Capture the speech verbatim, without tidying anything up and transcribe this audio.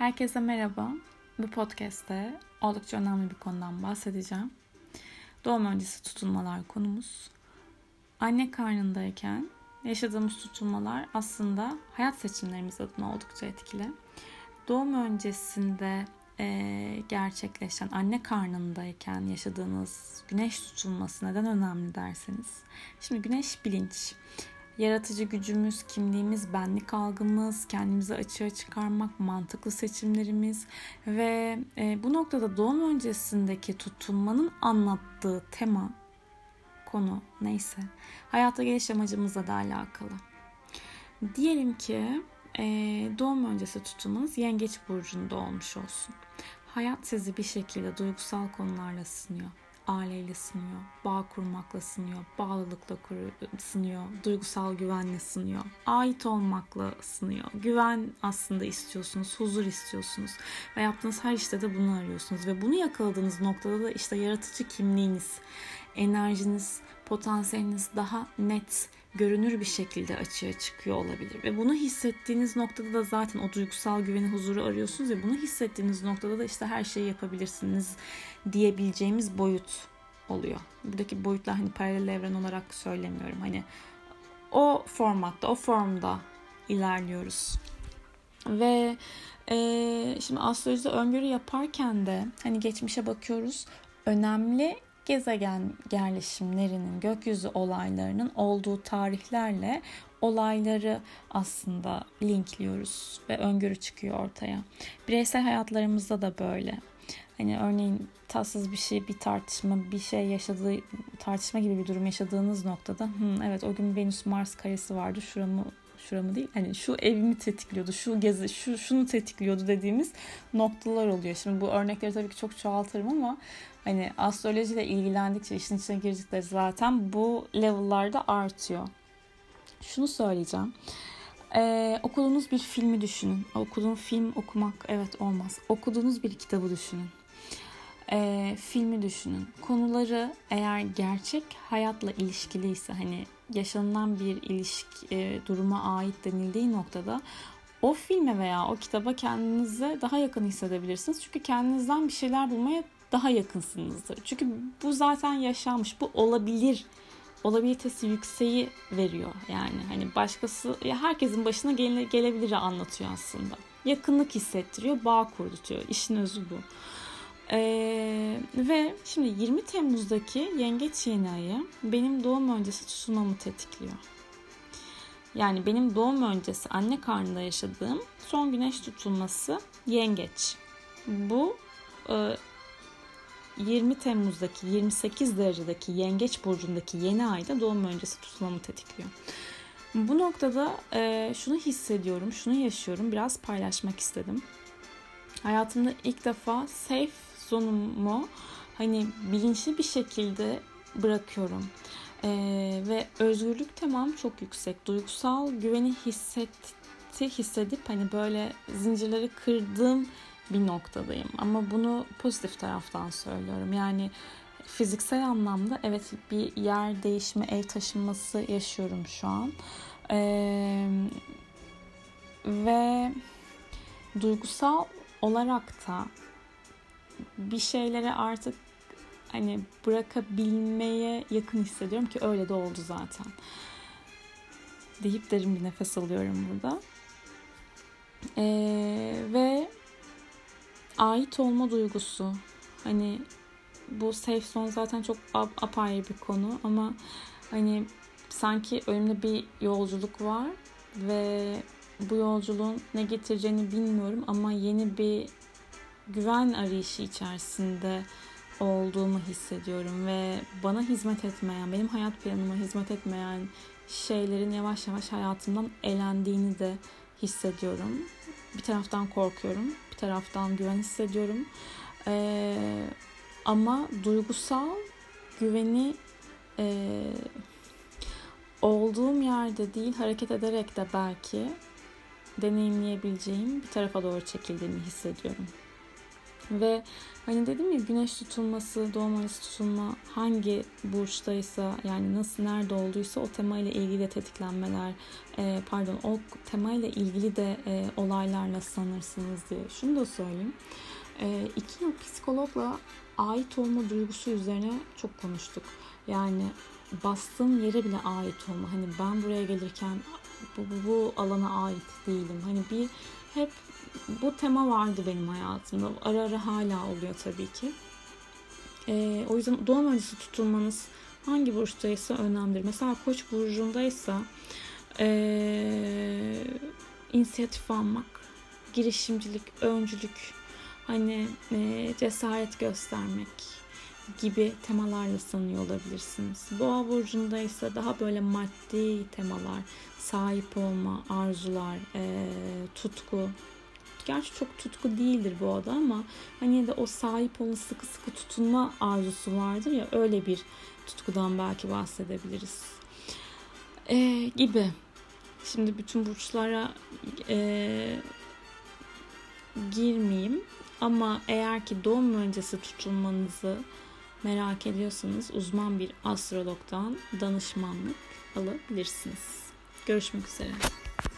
Herkese merhaba. Bu podcast'te oldukça önemli bir konudan bahsedeceğim. Doğum öncesi tutulmalar konumuz. Anne karnındayken yaşadığımız tutulmalar aslında hayat seçimlerimiz adına oldukça etkili. Doğum öncesinde e, gerçekleşen anne karnındayken yaşadığınız güneş tutulması neden önemli derseniz. Şimdi güneş bilinç. Yaratıcı gücümüz, kimliğimiz, benlik algımız, kendimizi açığa çıkarmak, mantıklı seçimlerimiz ve e, bu noktada doğum öncesindeki tutulmanın anlattığı tema, konu neyse, hayata geliş amacımızla da alakalı. Diyelim ki e, doğum öncesi tutulmanız Yengeç burcunda olmuş olsun. Hayat sizi bir şekilde duygusal konularla sınıyor. Aileyle sınıyor, bağ kurmakla sınıyor, bağlılıkla sınıyor, duygusal güvenle sınıyor, ait olmakla sınıyor. Güven aslında istiyorsunuz, huzur istiyorsunuz ve yaptığınız her işte de bunu arıyorsunuz. Ve bunu yakaladığınız noktada da işte yaratıcı kimliğiniz, enerjiniz, potansiyeliniz daha net, görünür bir şekilde açığa çıkıyor olabilir. Ve bunu hissettiğiniz noktada da zaten o duygusal güveni, huzuru arıyorsunuz ve bunu hissettiğiniz noktada da işte her şeyi yapabilirsiniz diyebileceğimiz boyut oluyor. Buradaki boyutlar hani paralel evren olarak söylemiyorum. Hani o formatta, o formda ilerliyoruz. Ve e, şimdi astrolojide öngörü yaparken de hani geçmişe bakıyoruz. Önemli gezegen yerleşimlerinin, gökyüzü olaylarının olduğu tarihlerle olayları aslında linkliyoruz ve öngörü çıkıyor ortaya. Bireysel hayatlarımızda da böyle. Hani örneğin tatsız bir şey, bir tartışma, bir şey yaşadığı, tartışma gibi bir durum yaşadığınız noktada hmm, evet o gün Venüs Mars karesi vardı, şuramı şuramı değil, hani şu evimi tetikliyordu, şu gezi, şu şunu tetikliyordu dediğimiz noktalar oluyor. Şimdi bu örnekleri tabii ki çok çoğaltırım ama hani astrolojiyle ilgilendikçe, işin içine girdikleri zaten bu level'larda artıyor. Şunu söyleyeceğim. Ee, okuduğunuz bir filmi düşünün. Okuduğun film okumak evet olmaz. Okuduğunuz bir kitabı düşünün. Ee, filmi düşünün. Konuları eğer gerçek hayatla ilişkiliyse, hani yaşanılan bir ilişki e, duruma ait denildiği noktada o filme veya o kitaba kendinize daha yakın hissedebilirsiniz. Çünkü kendinizden bir şeyler bulmaya daha yakınsınızdır. Çünkü bu zaten yaşanmış. Bu olabilir. Olabilitesi yükseği veriyor. Yani hani başkası, herkesin başına gele, gelebiliri anlatıyor aslında. Yakınlık hissettiriyor, bağ kurduruyor. İşin özü bu. Ee, ve şimdi yirmi Temmuz'daki Yengeç yeni ayı benim doğum öncesi tutulmamı tetikliyor. Yani benim doğum öncesi anne karnında yaşadığım son güneş tutulması Yengeç. Bu e, yirmi Temmuz'daki yirmi sekiz derecedeki Yengeç burcundaki yeni ayda doğum öncesi tutulmamı tetikliyor. Bu noktada e, şunu hissediyorum, şunu yaşıyorum, biraz paylaşmak istedim. Hayatımda ilk defa safe zonumu hani bilinçli bir şekilde bırakıyorum. Ee, ve özgürlük temam çok yüksek. Duygusal güveni hissetti, hissedip hani böyle zincirleri kırdığım bir noktadayım. Ama bunu pozitif taraftan söylüyorum. Yani fiziksel anlamda evet bir yer değişimi, ev taşınması yaşıyorum şu an. Ee, ve duygusal olarak da bir şeylere artık hani bırakabilmeye yakın hissediyorum ki öyle de oldu zaten. Deyip derin bir nefes alıyorum burada. Ee, ve ait olma duygusu. Hani bu safe zone zaten çok apayrı bir konu ama hani sanki önümde bir yolculuk var ve bu yolculuğun ne getireceğini bilmiyorum ama yeni bir güven arayışı içerisinde olduğumu hissediyorum ve bana hizmet etmeyen, benim hayat planıma hizmet etmeyen şeylerin yavaş yavaş hayatımdan elendiğini de hissediyorum. Bir taraftan korkuyorum, bir taraftan güven hissediyorum. Ee, ama duygusal güveni e, olduğum yerde değil, hareket ederek de belki deneyimleyebileceğim bir tarafa doğru çekildiğini hissediyorum. Ve hani dedim ya, güneş tutulması, doğum haritası tutulma hangi burçtaysa, yani nasıl, nerede olduysa o temayla ilgili de tetiklenmeler, e, pardon o temayla ilgili de e, olaylarla sanırsınız diye. Şunu da söyleyeyim. E, iki yıl psikologla ait olma duygusu üzerine çok konuştuk. Yani bastığım yere bile ait olma. Hani ben buraya gelirken bu, bu, bu alana ait değilim. Hani bir hep bu tema vardı benim hayatımda. Ara ara hala oluyor tabii ki. Ee, o yüzden doğum öncesi tutulmanız hangi burçtaysa önemlidir. Mesela Koç burcundaysa ee, inisiyatif almak, girişimcilik, öncülük, hani e, cesaret göstermek gibi temalarla sanıyor olabilirsiniz. Boğa burcundaysa daha böyle maddi temalar, sahip olma, arzular, e, tutku. Gerçi çok tutku değildir boğada ama hani de o sahip olma, sıkı sıkı tutunma arzusu vardır ya, öyle bir tutkudan belki bahsedebiliriz. E, gibi. Şimdi bütün burçlara e, girmeyeyim ama eğer ki doğum öncesi tutulmanızı merak ediyorsanız uzman bir astrologdan danışmanlık alabilirsiniz. Görüşmek üzere.